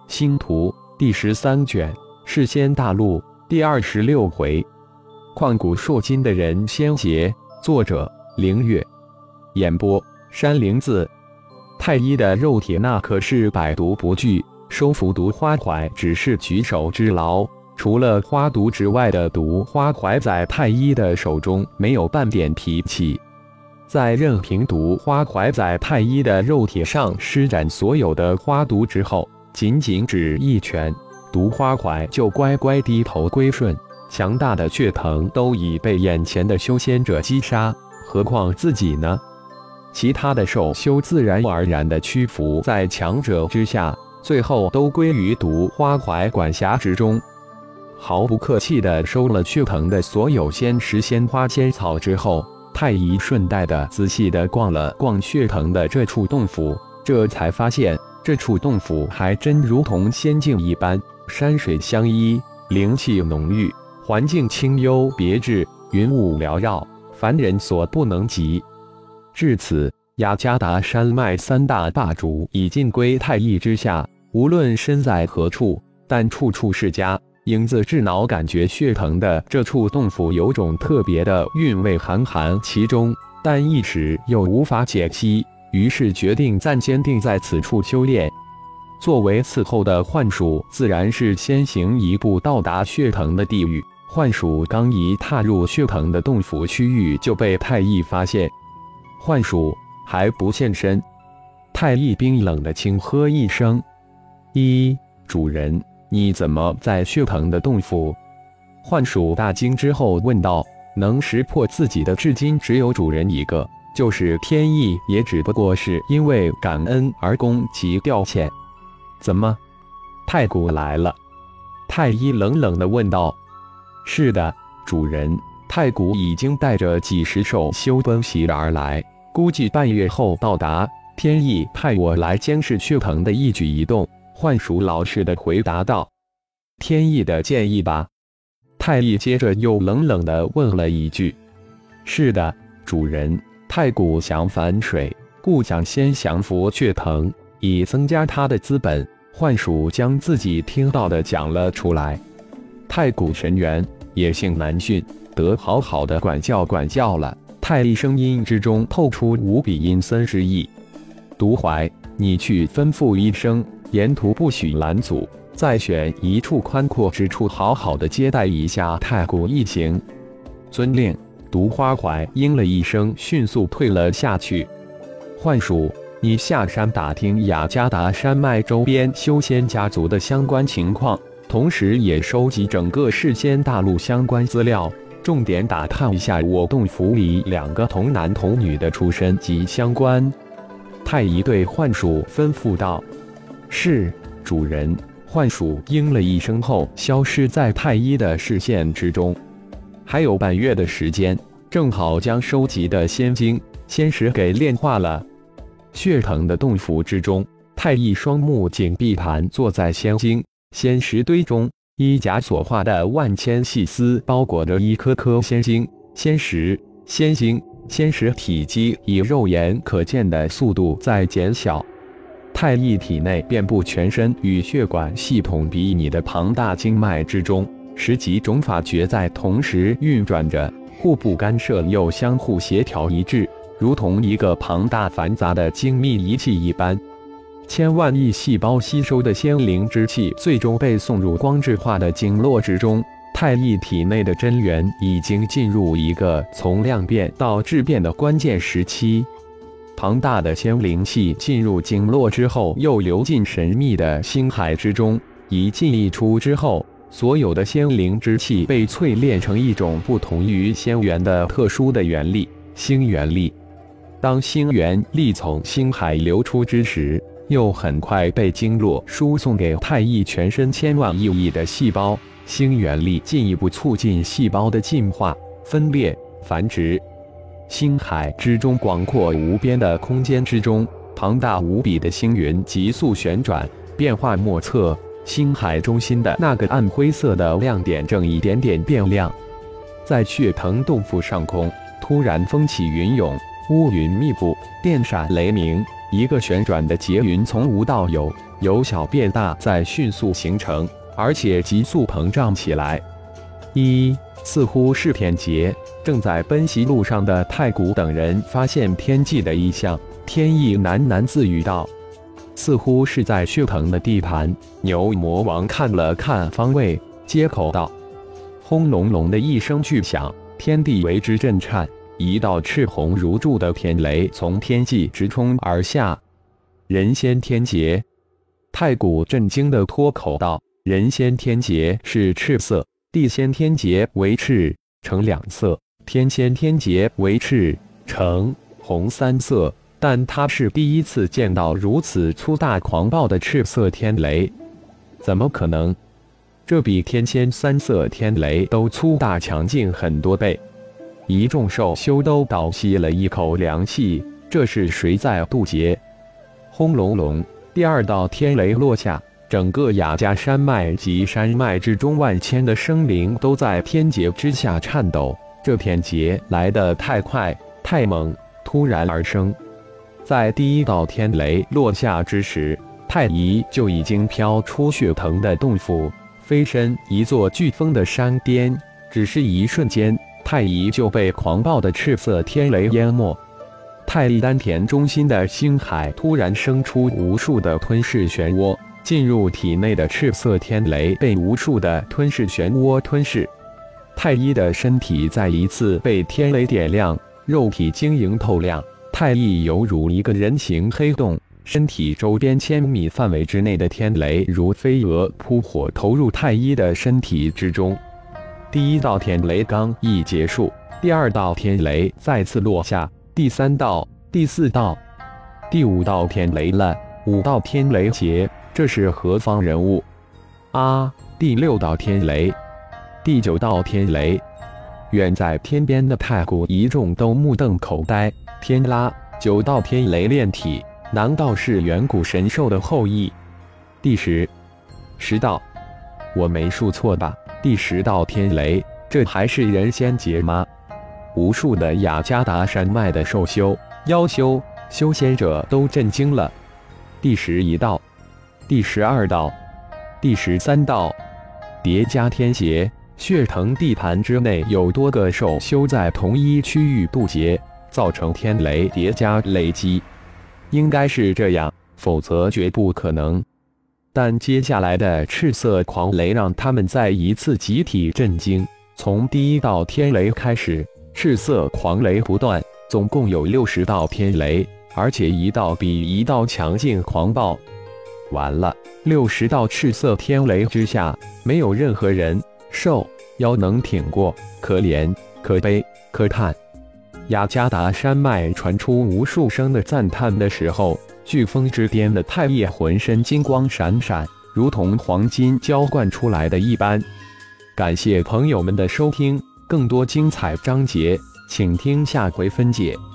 星图第13卷，世仙大陆第26回，旷古烁今的人仙劫。作者：凌月，演播：山灵子。太一的肉体那可是百毒不惧，收服毒花槐只是举手之劳。除了花毒之外的毒花槐在太一的手中没有半点脾气。在任凭毒花槐在太一的肉体上施展所有的花毒之后，仅只一拳，毒花槐就乖乖低头归顺。强大的血藤都已被眼前的修仙者击杀，何况自己呢？其他的兽修自然而然地屈服在强者之下，最后都归于毒花槐管辖之中。毫不客气地收了血藤的所有仙石、鲜花、仙草之后，太一顺带地仔细地逛了逛血藤的这处洞府，这才发现这处洞府还真如同仙境一般，山水相依，灵气浓郁，环境清幽别致，云雾缭绕，凡人所不能及。至此，雅加达山脉三大霸主已尽归太一之下，无论身在何处，但处处是家。影子智脑感觉血藤的这处洞府有种特别的韵味含其中，但一时又无法解析，于是决定暂先定在此处修炼。作为伺候的幻鼠，自然是先行一步到达血藤的地域。幻鼠刚一踏入血藤的洞府区域，就被太一发现。幻鼠还不现身？太一冰冷地轻喝一声：“主人。”你怎么在血藤的洞府？幻鼠大惊之后问道：“能识破自己的至今只有主人一个，就是天意，也只不过是因为感恩而攻其调遣。怎么，太古来了？”太一冷冷地问道。“是的，主人，太古已经带着几十兽修奔袭而来，估计半月后到达。天意派我来监视血藤的一举一动。”幻鼠老实地回答道：“天意的建议吧？”太一接着又冷冷地问了一句：“是的，主人。太古想反水，故想先降服血藤，以增加他的资本。”幻鼠将自己听到的讲了出来。太古神元，野性难驯，得好好的管教了。太一声音之中透出无比阴森之意。独怀，你去吩咐一声。沿途不许拦阻，再选一处宽阔之处，好好的接待一下太古一行。遵令。毒花槐应了一声，迅速退了下去。幻鼠，你下山打听雅加达山脉周边修仙家族的相关情况，同时也收集整个世仙大陆相关资料，重点打探一下我洞府里2个童男童女的出身及相关。太一对幻鼠吩咐道。是，主人。幻鼠应了一声后，消失在太一的视线之中。还有半月的时间，正好将收集的仙晶、仙石给炼化了。血藤的洞府之中，太一双目紧闭，盘坐在仙晶、仙石堆中，衣甲所化的万千细丝包裹着一颗颗仙晶、仙石、仙晶、仙石，体积以肉眼可见的速度在减小。太一体内遍布全身与血管系统比拟的庞大经脉之中，10几种法诀在同时运转着，互不干涉又相互协调一致，如同一个庞大繁杂的精密仪器一般。千万亿细胞吸收的仙灵之气最终被送入光质化的经络之中，太一体内的真元已经进入一个从量变到质变的关键时期。庞大的仙灵气进入经络之后，又流进神秘的星海之中。一进一出之后，所有的仙灵之气被淬炼成一种不同于仙元的特殊的元力——星元力。当星元力从星海流出之时，又很快被经络输送给太一全身千万亿的细胞。星元力进一步促进细胞的进化、分裂、繁殖。星海之中广阔无边的空间之中，庞大无比的星云急速旋转，变化莫测。星海中心的那个暗灰色的亮点正一点点变亮。在血藤洞府上空，突然风起云涌， 乌云密布，电闪雷鸣，一个旋转的结云从无到有，由小变大，在迅速形成，而且急速膨胀起来。似乎是天劫。正在奔袭路上的太古等人发现天际的异象，天意喃喃自语道：“似乎是在血藤的地盘。”牛魔王看了看方位，接口道：“轰隆隆的一声巨响，天地为之震颤，一道赤红如柱的天雷从天际直冲而下。人仙天劫！”太古震惊地脱口道：“人仙天劫是赤色，地仙天劫为赤橙两色，天仙天劫为赤橙红三色。但他是第一次见到如此粗大狂暴的赤色天雷，怎么可能？这比天仙三色天雷都粗大强劲很多倍。”一众兽修都倒吸了一口凉气，这是谁在渡劫？轰隆隆，第二道天雷落下，整个雅加山脉及山脉之中万千的生灵都在天劫之下颤抖。这片劫来得太快太猛，突然而生。在第一道天雷落下之时，太乙就已经飘出血藤的洞府，飞身一座飓风的山巅。只是一瞬间，太乙就被狂暴的赤色天雷淹没。太乙丹田中心的星海突然生出无数的吞噬漩涡，进入体内的赤色天雷被无数的吞噬漩涡吞噬。太乙的身体再一次被天雷点亮，肉体晶莹透亮。太乙犹如一个人形黑洞，身体周边1000米范围之内的天雷如飞蛾扑火，投入太乙的身体之中。第一道天雷刚一结束，第二道天雷再次落下，第三道、第四道、第五道天雷了，5道天雷劫，这是何方人物？第6道天雷，第9道天雷。远在天边的太古一众都目瞪口呆。天拉9道天雷炼体，难道是远古神兽的后裔？第10道，我没数错吧？第10道天雷，这还是人仙劫吗？无数的雅加达山脉的兽修、妖修、修仙者都震惊了。第11道，第12道，第13道，叠加天劫，血藤地盘之内有多个兽修在同一区域渡劫，造成天雷叠加累积。应该是这样，否则绝不可能。但接下来的赤色狂雷让他们再一次集体震惊。从第一道天雷开始，赤色狂雷不断，总共有60道天雷，而且一道比一道强劲狂暴。完了，60道赤色天雷之下，没有任何人、兽、妖能挺过，可怜、可悲、可叹。雅加达山脉传出无数声的赞叹的时候，飓风之巅的太乙浑身金光闪闪，如同黄金浇灌出来的一般。感谢朋友们的收听，更多精彩章节，请听下回分解。